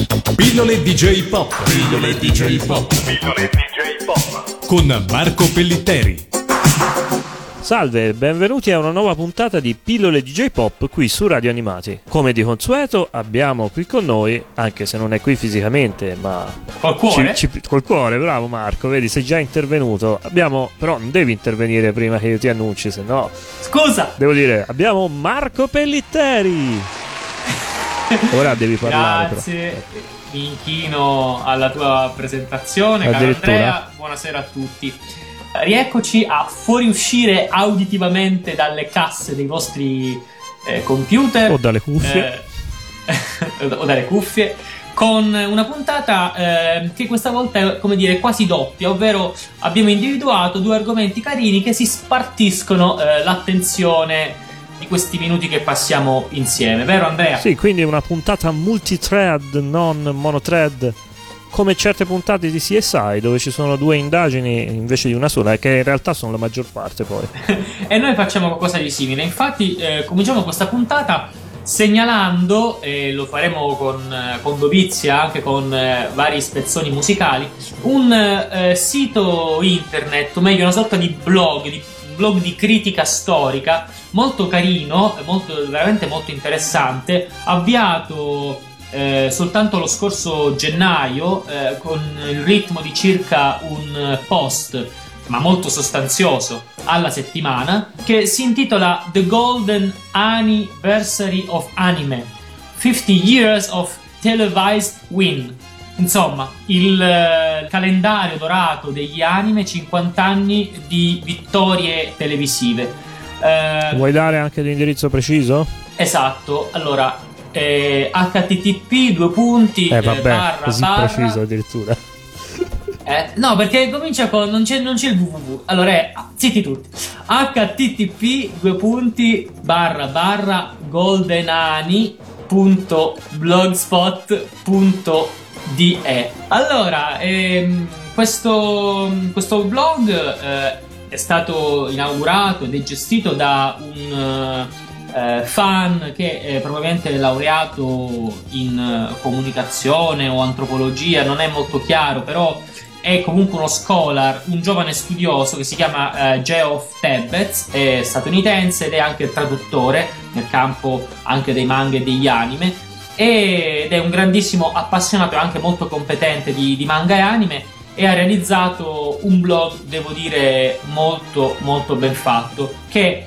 Pillole DJ Pop. Pillole DJ Pop. Pillole DJ Pop. Con Marco Pellitteri. Salve, benvenuti a una nuova puntata di Pillole DJ Pop qui su Radio Animati. Come di consueto abbiamo qui con noi, anche se non è qui fisicamente, ma col cuore? Col cuore, bravo Marco, vedi, sei già intervenuto. Abbiamo, però non devi intervenire prima che io ti annunci, se no... Scusa! Devo dire, abbiamo Marco Pellitteri! Ora devi parlare. Grazie, però. Mi inchino alla tua presentazione, caro Andrea. Buonasera a tutti. Rieccoci a fuoriuscire auditivamente dalle casse dei vostri computer o dalle cuffie o dalle cuffie, con una puntata che questa volta è, come dire, quasi doppia, ovvero abbiamo individuato due argomenti carini che si spartiscono l'attenzione di questi minuti che passiamo insieme, vero Andrea? Sì, quindi una puntata multithread, non monothread, come certe puntate di CSI dove ci sono due indagini invece di una sola, che in realtà sono la maggior parte poi. E noi facciamo qualcosa di simile. Infatti cominciamo questa puntata segnalando, e lo faremo con dovizia, anche con vari spezzoni musicali, un sito internet, o meglio una sorta di blog di critica storica molto carino, veramente molto interessante, avviato soltanto lo scorso gennaio, con il ritmo di circa un post, ma molto sostanzioso, alla settimana, che si intitola The Golden Anniversary of Anime, 50 Years of Televised Win. Insomma, il calendario dorato degli anime, 50 anni di vittorie televisive. Vuoi dare anche l'indirizzo preciso? Esatto, allora http così preciso addirittura. No, perché comincia con non c'è il www. Allora è zitti tutti. http goldenani.blogspot.de. Allora, questo blog è stato inaugurato ed è gestito da un fan che è probabilmente laureato in comunicazione o antropologia, non è molto chiaro, però è comunque uno scholar, un giovane studioso che si chiama Geoff Tebbets, è statunitense ed è anche traduttore nel campo anche dei manga e degli anime, ed è un grandissimo appassionato e anche molto competente di manga e anime, e ha realizzato un blog, devo dire, molto molto ben fatto, che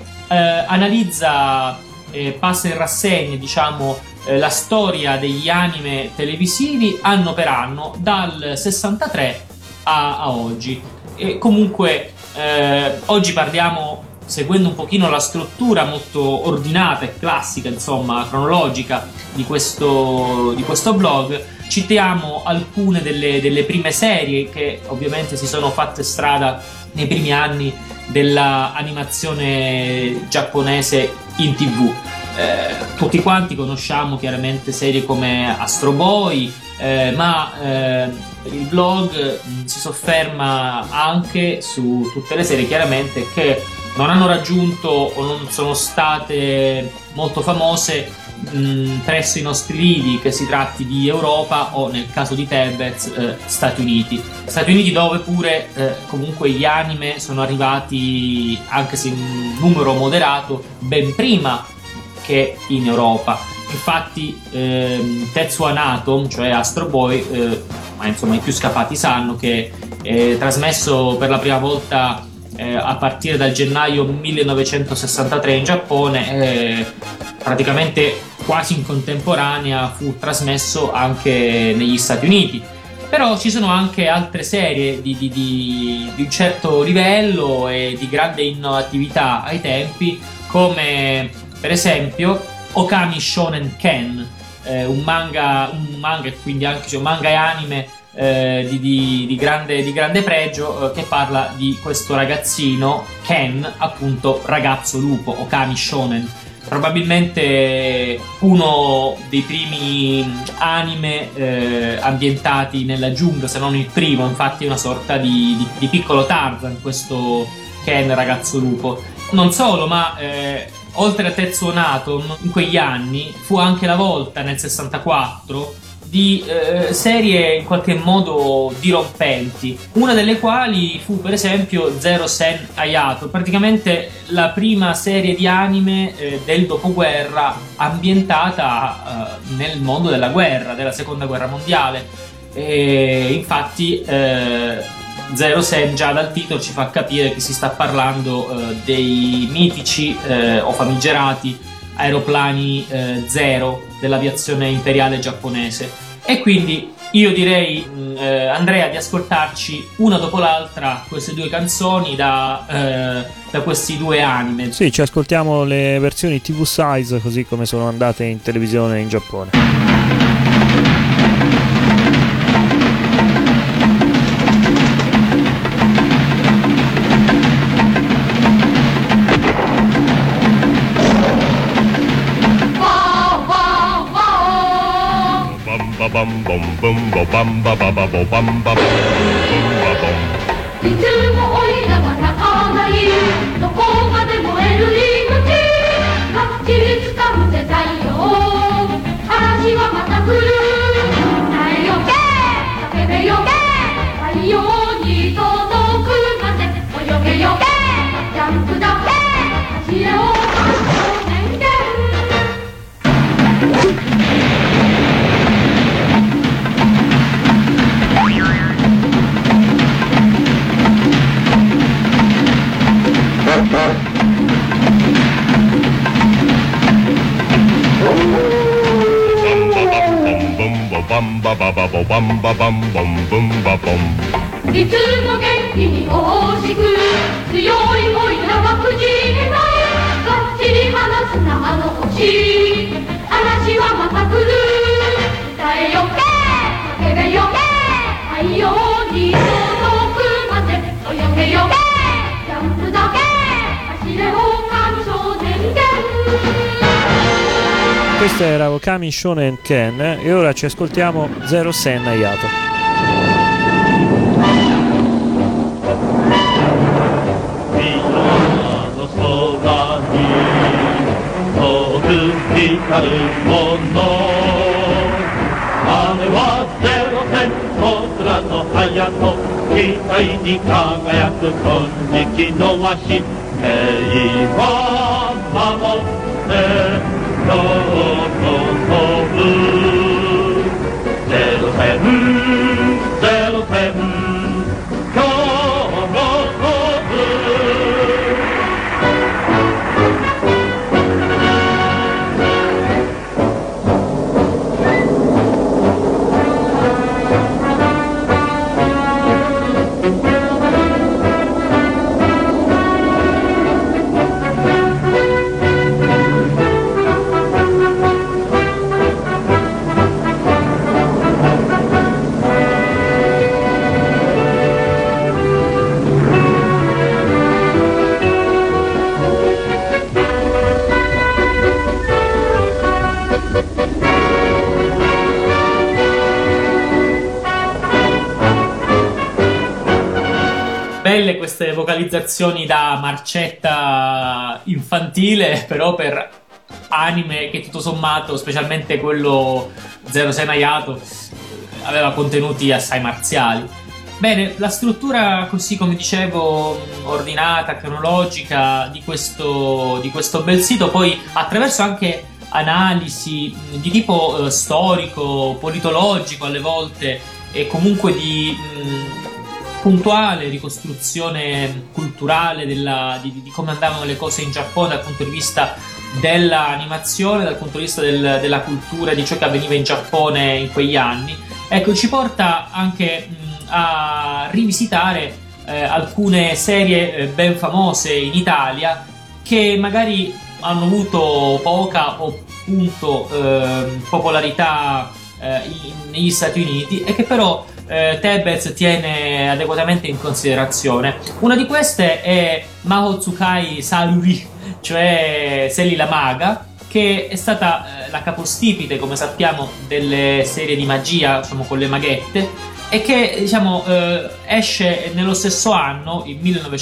analizza, passa in rassegna, diciamo, la storia degli anime televisivi anno per anno, dal 63 a oggi. E comunque oggi parliamo, seguendo un pochino la struttura molto ordinata e classica, insomma cronologica di questo blog. Citiamo alcune delle prime serie che ovviamente si sono fatte strada nei primi anni della animazione giapponese in TV. Tutti quanti conosciamo chiaramente serie come Astro Boy, ma il blog si sofferma anche su tutte le serie chiaramente che non hanno raggiunto o non sono state molto famose presso i nostri lidi, che si tratti di Europa o, nel caso di Tebbets, Stati Uniti, dove pure comunque gli anime sono arrivati, anche se in numero moderato, ben prima che in Europa. Infatti Tetsuan Atom, cioè Astro Boy, ma insomma i più scapati sanno che è trasmesso per la prima volta a partire dal gennaio 1963 in Giappone, praticamente quasi in contemporanea fu trasmesso anche negli Stati Uniti. Però ci sono anche altre serie di un certo livello e di grande innovatività ai tempi, come per esempio Okami Shonen Ken, un manga e quindi anche un manga e anime di grande pregio, che parla di questo ragazzino Ken, appunto ragazzo lupo, Okami Shonen, probabilmente uno dei primi anime ambientati nella giungla, se non il primo. Infatti è una sorta di piccolo Tarzan questo Ken ragazzo lupo. Non solo, ma oltre a Tetsuo Nato, in quegli anni fu anche la volta, nel 64, di serie in qualche modo dirompenti, una delle quali fu per esempio Zero Sen Hayato, praticamente la prima serie di anime del dopoguerra ambientata nel mondo della guerra, della seconda guerra mondiale. E infatti Zero Sen già dal titolo ci fa capire che si sta parlando dei mitici o famigerati aeroplani Zero dell'aviazione imperiale giapponese. E quindi io direi, Andrea, di ascoltarci una dopo l'altra queste due canzoni da questi due anime. Sì, ci ascoltiamo le versioni TV size così come sono andate in televisione in Giappone. Bam bom bum bo bam ba ba ba bo bam ba ba bum ba bom. いつも追いながらかないどこまで燃える命がっちり掴むぜ太陽嵐はまた来る耐えよけ叫べよけ太陽に届くまで泳げよけジャンプだけ走れを宣言 Bam ba ba ba bo bam ba bam bom bum ba bom. いつも元気に大しく強い恋らはくじけないがっちり離すなあの星嵐はまた来る歌えよけ叫べよけ太陽に届くまで泳げよけジャンプだけ走れ狼少年剣 Questo era Okami Shonen Ken e ora ci ascoltiamo Zero Sen Hayato. 光るもの雨はゼロ戦空の隼人期待に輝く金色の和紙平和守って今日飛ぶゼロ戦ゼロ戦今日も飛ぶ Belle queste vocalizzazioni da marcetta infantile, però per anime che tutto sommato, specialmente quello Zero Sen Hayato, aveva contenuti assai marziali. Bene, la struttura così come dicevo ordinata, cronologica di questo bel sito, poi attraverso anche analisi di tipo storico, politologico alle volte e comunque di puntuale ricostruzione culturale di come andavano le cose in Giappone dal punto di vista dell'animazione, dal punto di vista della cultura, di ciò che avveniva in Giappone in quegli anni. Ecco, ci porta anche a rivisitare alcune serie ben famose in Italia che magari hanno avuto poca o appunto popolarità negli Stati Uniti e che però Tebez tiene adeguatamente in considerazione. Una di queste è Mahotsukai Saruri, cioè Selly la maga, che è stata la capostipite, come sappiamo, delle serie di magia, diciamo, con le maghette, e che diciamo esce nello stesso anno, il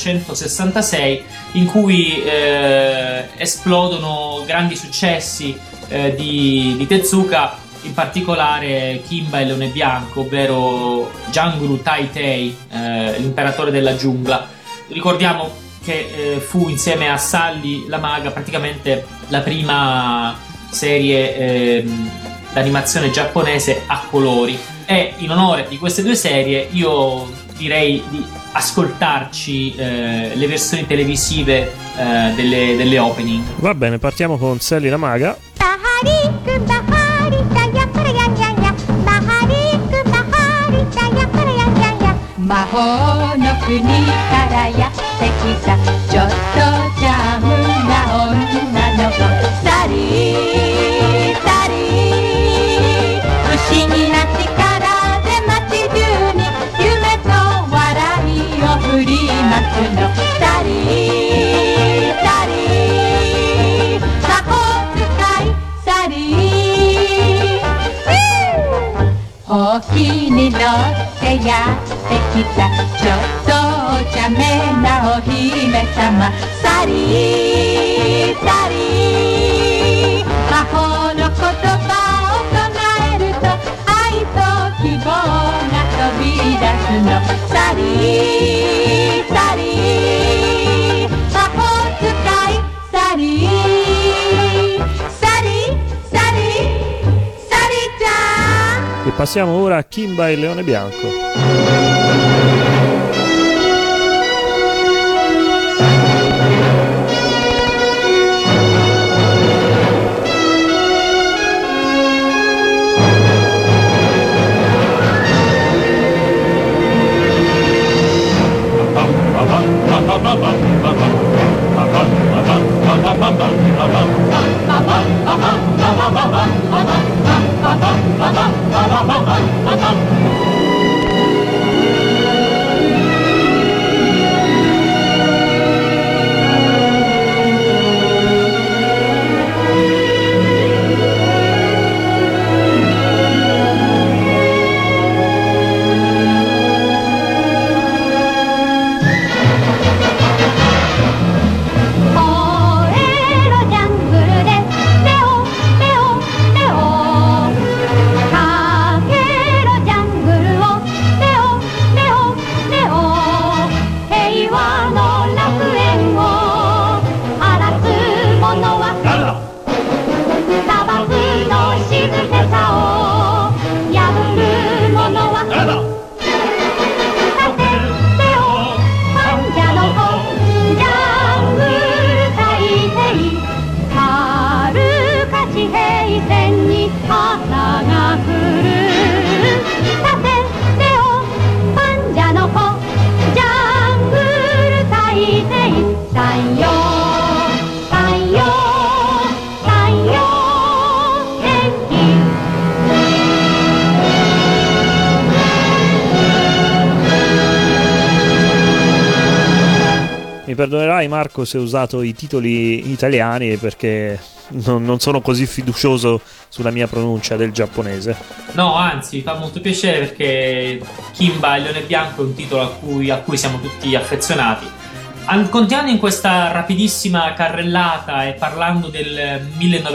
1966, in cui esplodono grandi successi di Tezuka in particolare Kimba il Leone Bianco, ovvero Janguru Tai Tai, l'imperatore della giungla. Ricordiamo che fu insieme a Sally la Maga praticamente la prima serie d'animazione giapponese a colori, e in onore di queste due serie io direi di ascoltarci le versioni televisive delle opening. Va bene, partiamo con Sally la Maga. 魔法の国からやってきたちょっとジャムな女の子サリーサリー不思議な力で街中に夢と笑いを振りまくのサリーサリー魔法使いサリーほうきに乗ってやってきたちょっとお茶目なお姫様サリーサリー魔法の言葉を唱えると愛と希望が飛び出すのサリーサリー魔法使いサリーサリーサリーサリーちゃん E passiamo ora a Kimba il Leone Bianco. Mi perdonerai Marco se ho usato i titoli italiani perché non sono così fiducioso sulla mia pronuncia del giapponese. No, anzi, fa molto piacere perché Kimba il Leone Bianco è un titolo a cui siamo tutti affezionati. Continuando in questa rapidissima carrellata e parlando del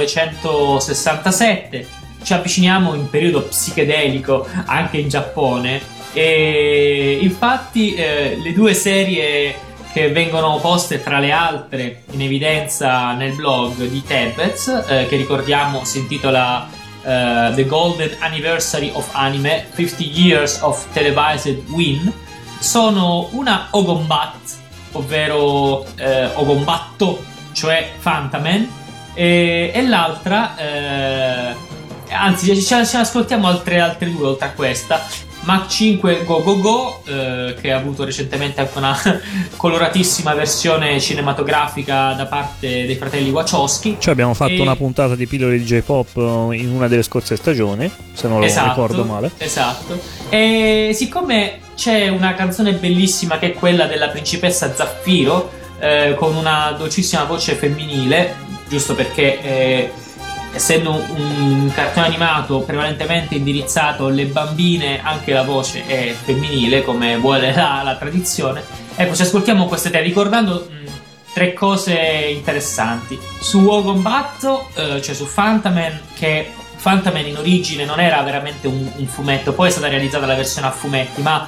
1967, ci avviciniamo in periodo psichedelico anche in Giappone, e infatti le due serie che vengono poste tra le altre in evidenza nel blog di Tebbez, che ricordiamo si intitola The Golden Anniversary of Anime 50 Years of Televised Win, sono una Ogombat, ovvero Ogombatto, cioè Fantamen, e l'altra anzi ci ascoltiamo altre due oltre a questa, Mach 5 Go Go Go, che ha avuto recentemente anche una coloratissima versione cinematografica da parte dei fratelli Wachowski. Cioè abbiamo fatto una puntata di pillole di J-pop in una delle scorse stagioni, se non lo ricordo male. Esatto. E siccome c'è una canzone bellissima che è quella della principessa Zaffiro, con una dolcissima voce femminile, giusto perché essendo un cartone animato prevalentemente indirizzato alle bambine, anche la voce è femminile come vuole la tradizione. Ecco, ci ascoltiamo queste tre ricordando tre cose interessanti. Su Ogombatto, cioè su Fantamen, che Phantom in origine non era veramente un fumetto, poi è stata realizzata la versione a fumetti, ma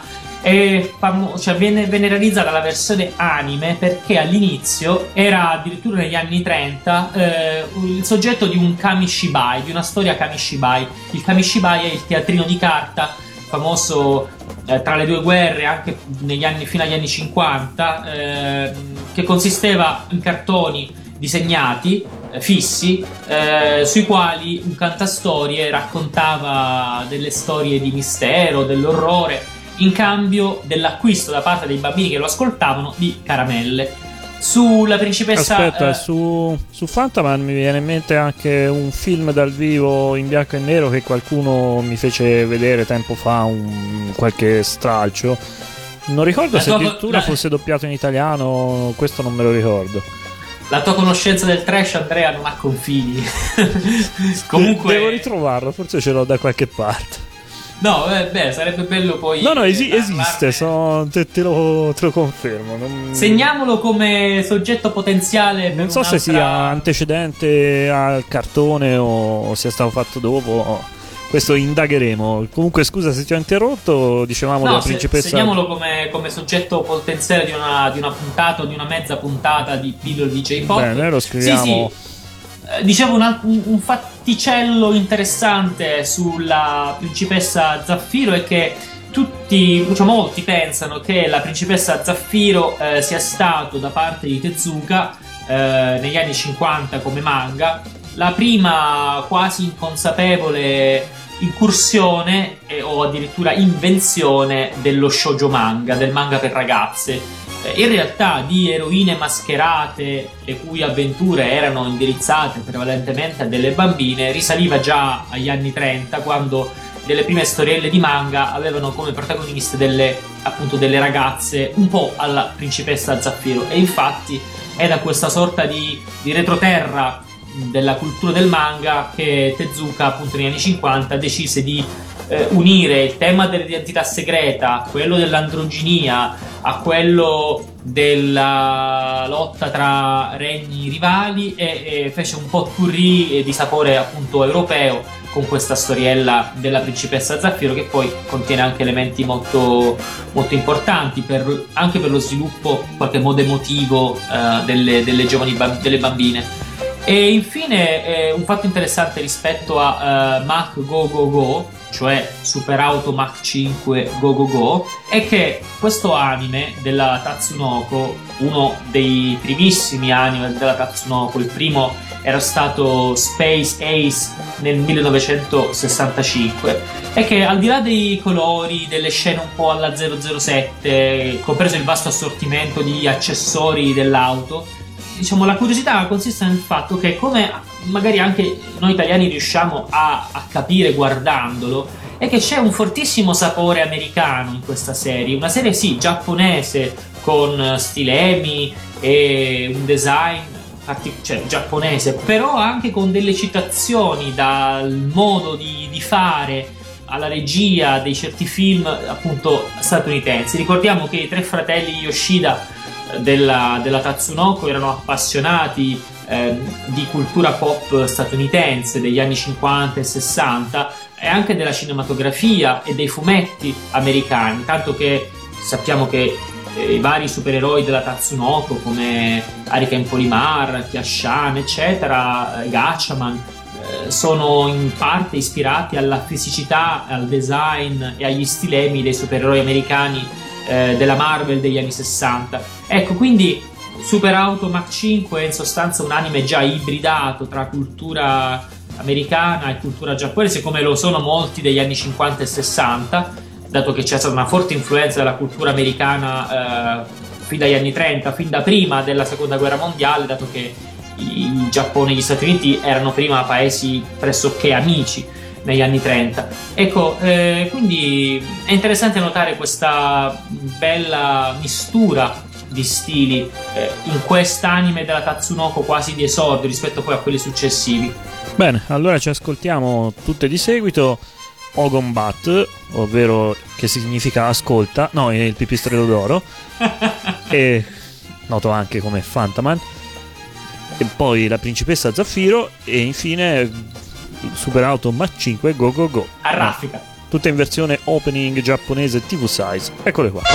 venne realizzata la versione anime perché all'inizio era addirittura negli anni 30 il soggetto di un kamishibai, di una storia kamishibai. Il kamishibai è il teatrino di carta famoso tra le due guerre, anche fino agli anni 50, che consisteva in cartoni disegnati fissi, sui quali un cantastorie raccontava delle storie di mistero, dell'orrore, in cambio dell'acquisto da parte dei bambini che lo ascoltavano di caramelle. Sulla principessa... Aspetta, su Fantaman mi viene in mente anche un film dal vivo in bianco e nero che qualcuno mi fece vedere tempo fa, qualche stralcio. Non ricordo se addirittura fosse doppiato in italiano, questo non me lo ricordo. La tua conoscenza del trash, Andrea, non ha confini. Comunque devo ritrovarlo, forse ce l'ho da qualche parte. No, sarebbe bello poi. No, esiste, te lo confermo. Segniamolo come soggetto potenziale. Non so se sia antecedente al cartone o sia stato fatto dopo. Questo indagheremo. Comunque, scusa se ti ho interrotto. Dicevamo della principessa. Segniamolo come soggetto potenziale di una puntata o di una mezza puntata di Pillole di J-Pop. Bene, lo scriviamo. Sì. Dicevo un fatticello interessante sulla principessa Zaffiro è che molti pensano che la principessa Zaffiro sia stato da parte di Tezuka negli anni 50 come manga la prima quasi inconsapevole incursione o addirittura invenzione dello shoujo manga, del manga per ragazze. In realtà di eroine mascherate le cui avventure erano indirizzate prevalentemente a delle bambine risaliva già agli anni 30, quando delle prime storielle di manga avevano come protagoniste delle ragazze un po' alla principessa Zaffiro, e infatti è da questa sorta di retroterra della cultura del manga che Tezuka appunto negli anni 50 decise di unire il tema dell'identità segreta, quello dell'androginia, a quello della lotta tra regni rivali e fece un pot pourri di sapore appunto europeo con questa storiella della principessa Zaffiro, che poi contiene anche elementi molto, molto importanti anche per lo sviluppo in qualche modo emotivo delle giovani delle bambine. E infine un fatto interessante rispetto a Mach Go Go Go, cioè Super Auto Mach 5 Go Go Go, è che questo anime della Tatsunoko, uno dei primissimi anime della Tatsunoko, il primo era stato Space Ace nel 1965, è che al di là dei colori, delle scene un po' alla 007, compreso il vasto assortimento di accessori dell'auto, diciamo la curiosità consiste nel fatto che, come magari anche noi italiani riusciamo a capire guardandolo, è che c'è un fortissimo sapore americano in questa serie, una serie sì giapponese con stilemi e un design giapponese, però anche con delle citazioni dal modo di fare alla regia dei certi film appunto statunitensi. Ricordiamo che i tre fratelli Yoshida della Tatsunoko erano appassionati di cultura pop statunitense degli anni 50 e 60 e anche della cinematografia e dei fumetti americani, tanto che sappiamo che i vari supereroi della Tatsunoko come Hurricane Polimar, Kyashan eccetera, Gatchaman sono in parte ispirati alla fisicità, al design e agli stilemi dei supereroi americani della Marvel degli anni 60. Ecco, quindi Super Auto Mach 5 è in sostanza un anime già ibridato tra cultura americana e cultura giapponese, come lo sono molti degli anni 50 e 60, dato che c'è stata una forte influenza della cultura americana fin dagli anni 30, fin da prima della seconda guerra mondiale, dato che il Giappone e gli Stati Uniti erano prima paesi pressoché amici negli anni 30. Ecco, quindi è interessante notare questa bella mistura di stili in quest'anime della Tatsunoko quasi di esordio rispetto poi a quelli successivi. Bene, allora ci ascoltiamo tutte di seguito Ogonbat, ovvero che significa ascolta, no, è il pipistrello d'oro e noto anche come Fantaman, e poi la principessa Zaffiro, e infine Super Auto Mach 5 Go Go Go. A raffica. Tutte in versione opening giapponese TV size. Eccole qua.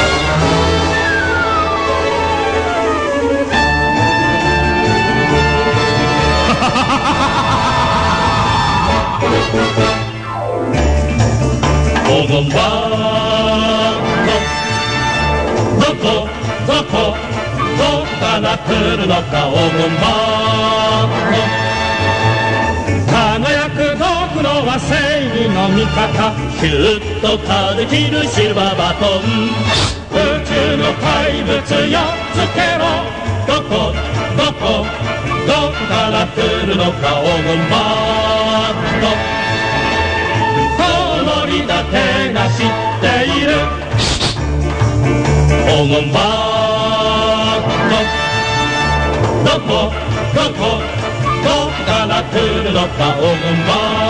どこどこから来るのか黄金バー輝くドクロは正義の味方ヒュッと風切るシルバーバトン宇宙の怪物よつけろどこから来るのか黄金バー守りだけが知っている黄金バーどこから来るのか黄金バ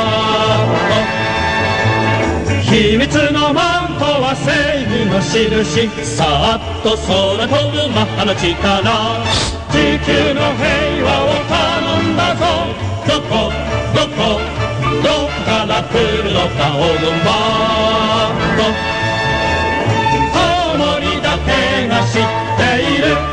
ー秘密のマントは正義の印さっと空飛ぶマッハの力地球の平和を頼んだぞどこから来るのか黄金バー守りだけが知っている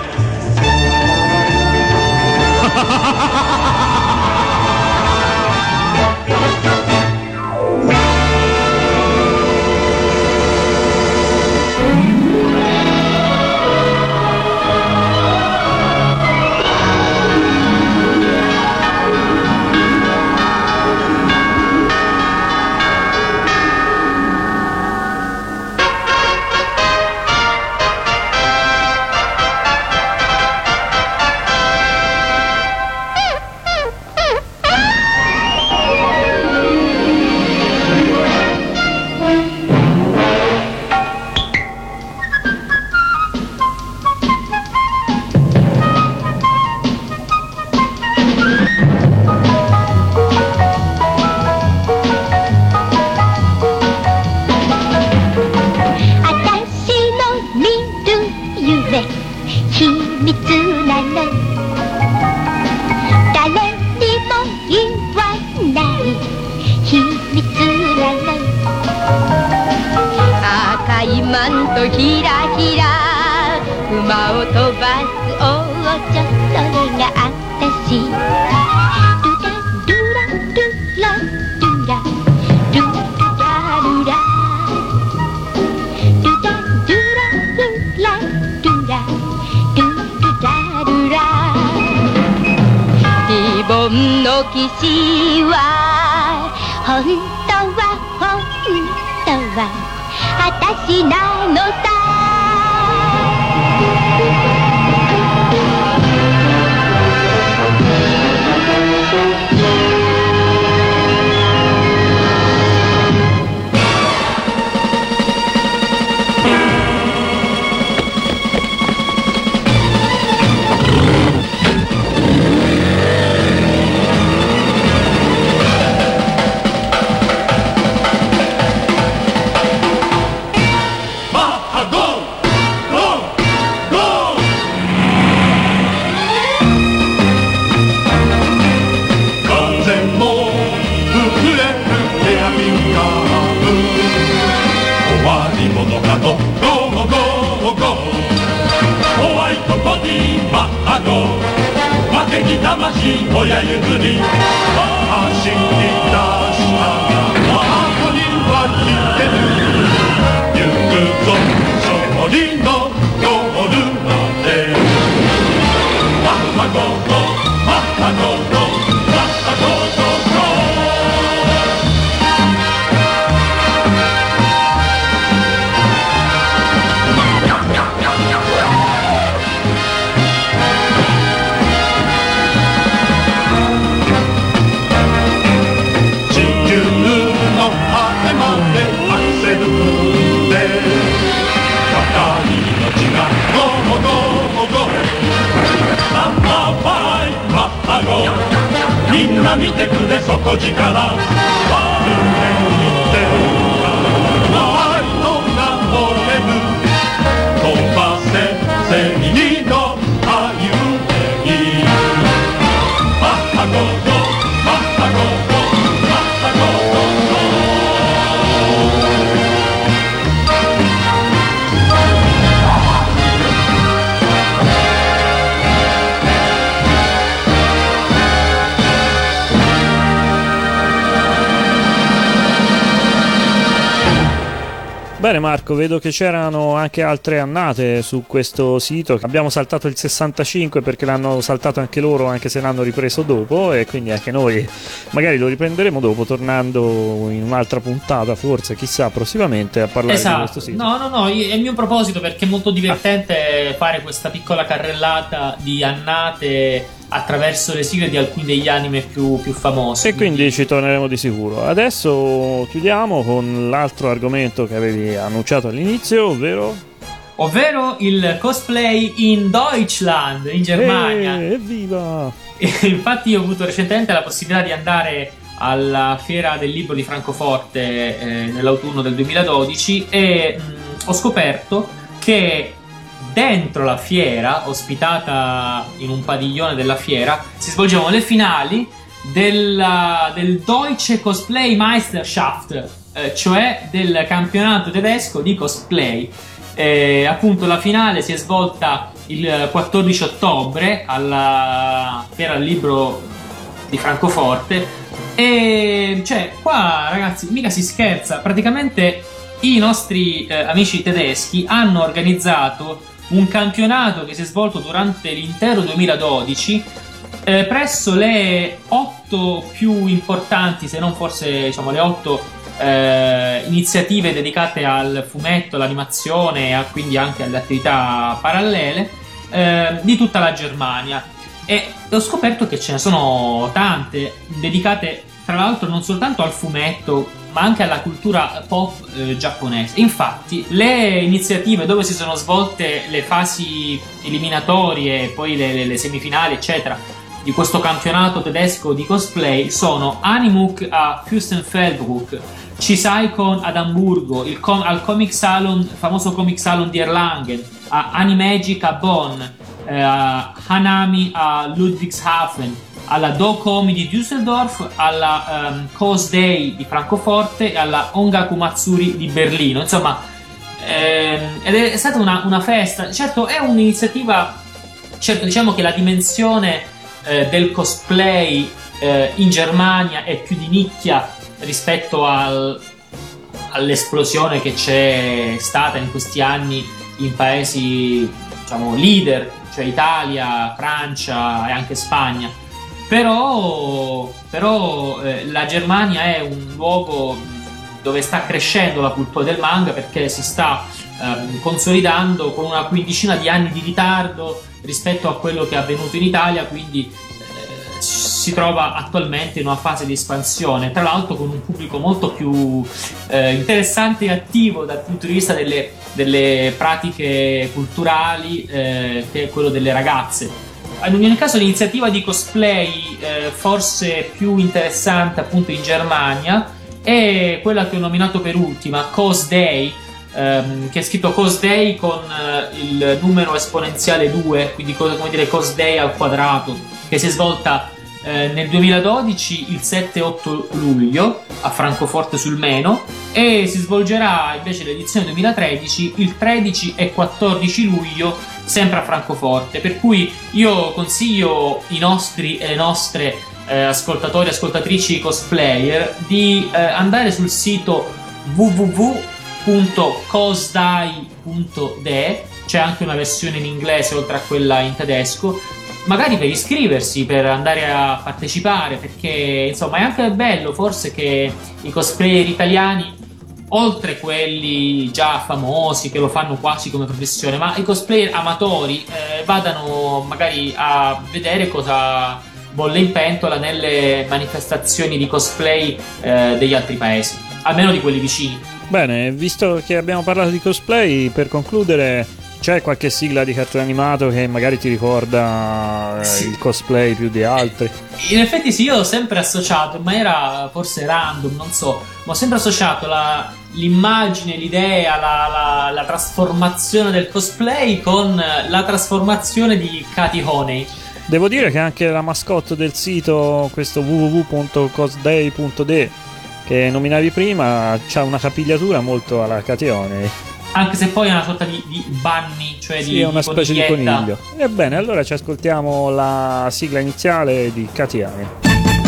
私なのさ魂親譲り走り出したが後には消える行くぞ勝利のゴールまでマッハゴーゴーマッハゴーゴーマッハゴーゴーみんな見てくれ底力悪目見てワイドなポエム飛ばせ正義の歩みマッハゴーゴーマッハゴーゴーマッハ Bene Marco, vedo che c'erano anche altre annate su questo sito. Abbiamo saltato il 65 perché l'hanno saltato anche loro, anche se l'hanno ripreso dopo, e quindi anche noi magari lo riprenderemo dopo, tornando in un'altra puntata, forse, chissà, prossimamente, a parlare di questo sito. No, è il mio proposito, perché è molto divertente fare questa piccola carrellata di annate attraverso le sigle di alcuni degli anime più famosi. E quindi ci torneremo di sicuro. Adesso chiudiamo con l'altro argomento che avevi annunciato all'inizio, ovvero il cosplay in Deutschland, in Germania. Evviva! Infatti io ho avuto recentemente la possibilità di andare alla fiera del libro di Francoforte nell'autunno del 2012 e ho scoperto che dentro la fiera, ospitata in un padiglione della fiera, si svolgevano le finali del Deutsche Cosplay Meisterschaft, cioè del campionato tedesco di cosplay. Appunto la finale si è svolta il 14 ottobre alla fiera del libro di Francoforte, e cioè qua ragazzi mica si scherza, praticamente i nostri amici tedeschi hanno organizzato un campionato che si è svolto durante l'intero 2012 presso le 8 più importanti, se non forse diciamo le 8 iniziative dedicate al fumetto, all'animazione e quindi anche alle attività parallele di tutta la Germania. E ho scoperto che ce ne sono tante dedicate tra l'altro non soltanto al fumetto ma anche alla cultura pop giapponese. Infatti le iniziative dove si sono svolte le fasi eliminatorie e poi le semifinali eccetera di questo campionato tedesco di cosplay sono Animuk a Fürstenfeldbruck, Chisaikon ad Amburgo, al Comic Salon, il famoso Comic Salon di Erlangen, a Animagic a Bonn, a Hanami a Ludwigshafen, alla Do-Komi di Düsseldorf, alla Cos Day di Francoforte e alla Ongaku Matsuri di Berlino. Insomma, ed è stata una festa. Certo, è un'iniziativa. Certo, diciamo che la dimensione del cosplay in Germania è più di nicchia rispetto all'esplosione che c'è stata in questi anni in paesi, diciamo, leader, cioè Italia, Francia e anche Spagna. Però la Germania è un luogo dove sta crescendo la cultura del manga, perché si sta consolidando con una quindicina di anni di ritardo rispetto a quello che è avvenuto in Italia, quindi si trova attualmente in una fase di espansione, tra l'altro con un pubblico molto più interessante e attivo dal punto di vista delle pratiche culturali, che è quello delle ragazze. In ogni caso l'iniziativa di cosplay forse più interessante appunto in Germania è quella che ho nominato per ultima, Cos Day, che è scritto Cos Day con il numero esponenziale 2, quindi come dire Cos Day al quadrato, che si è svolta nel 2012 il 7-8 luglio a Francoforte sul Meno, e si svolgerà invece l'edizione 2013 il 13 e 14 luglio sempre a Francoforte, per cui io consiglio i nostri e le nostre ascoltatori e ascoltatrici cosplayer di andare sul sito www.cosdai.de, c'è anche una versione in inglese oltre a quella in tedesco, magari per iscriversi, per andare a partecipare, perché insomma è anche bello forse che i cosplayer italiani, oltre quelli già famosi che lo fanno quasi come professione, ma i cosplayer amatori vadano magari a vedere cosa bolle in pentola nelle manifestazioni di cosplay degli altri paesi, almeno di quelli vicini. Bene, visto che abbiamo parlato di cosplay, per concludere, c'è qualche sigla di cartone animato che magari ti ricorda il cosplay più di altri? In effetti sì, io ho sempre associato, in maniera forse random, non so, ma ho sempre associato l'immagine, l'idea, la trasformazione del cosplay con la trasformazione di Katie Honey. Devo dire che anche la mascotte del sito, questo www.cosday.de che nominavi prima, c'ha una capigliatura molto alla Katie Honey. Anche se poi è una sorta di bunny, cioè sì, è una specie di coniglio. Ebbene, allora ci ascoltiamo la sigla iniziale di Katie Honey.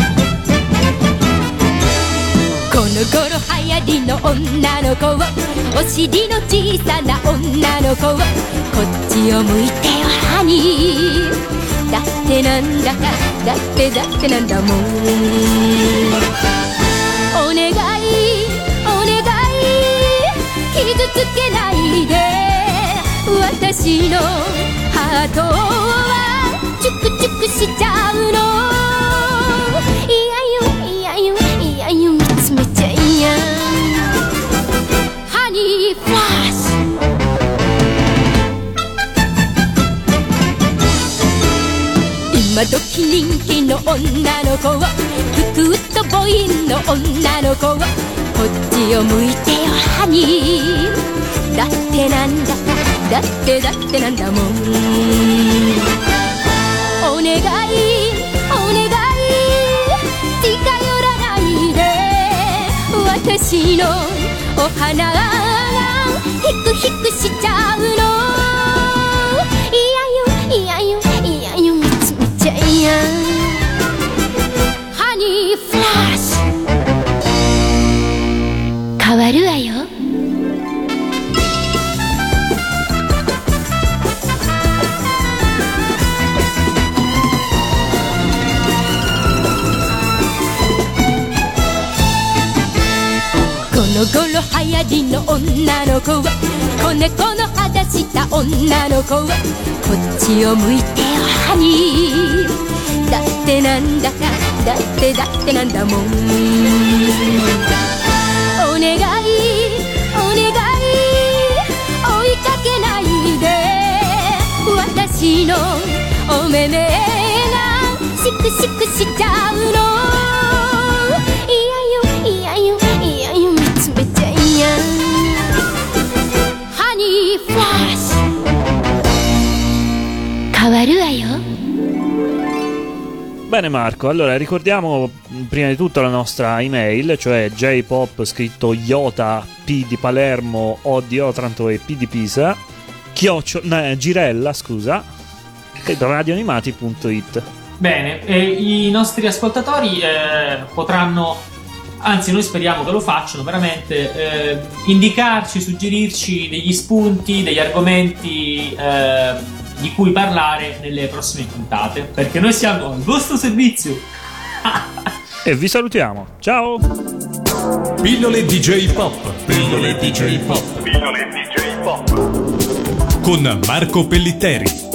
この頃流行りの女の子をお尻の小さな女の子をこっちを向いてよハニー、だってなんだかだってなんだもん。お願いお願い傷つけないで私のハートはチュクチュクしちゃうの。いやよ見つめちゃいやハニーフラッシュ。今時人気の女の子をふくっとボインの女の子をこっちを向いてよハニー、だってなんだかだってなんだもん。お願いお願い近寄らないで私のお花がヒクヒクしちゃうの。いやよ見つめちゃいやハニーフラッシュ。変わるわよ。この頃流行りの女の子は子猫の肌した女の子はこっちを向いてよハニー、だってなんだかだってなんだもん。お願いお願い追いかけないで私のお目目がシクシクしちゃうの。いやよ見つめちゃいやハニーフラッシュ。変わるわよ。 Bene Marco, allora ricordiamo prima di tutto la nostra email, cioè jpop scritto iota p di Palermo o di Otranto e p di Pisa girella scusa radioanimati.it. Bene, i nostri ascoltatori potranno, anzi noi speriamo che lo facciano veramente, indicarci, suggerirci degli spunti, degli argomenti di cui parlare nelle prossime puntate, perché noi siamo al vostro servizio. E vi salutiamo, ciao. Pillole DJ Pop. Pillole DJ Pop. Pillole DJ Pop. Con Marco Pellitteri.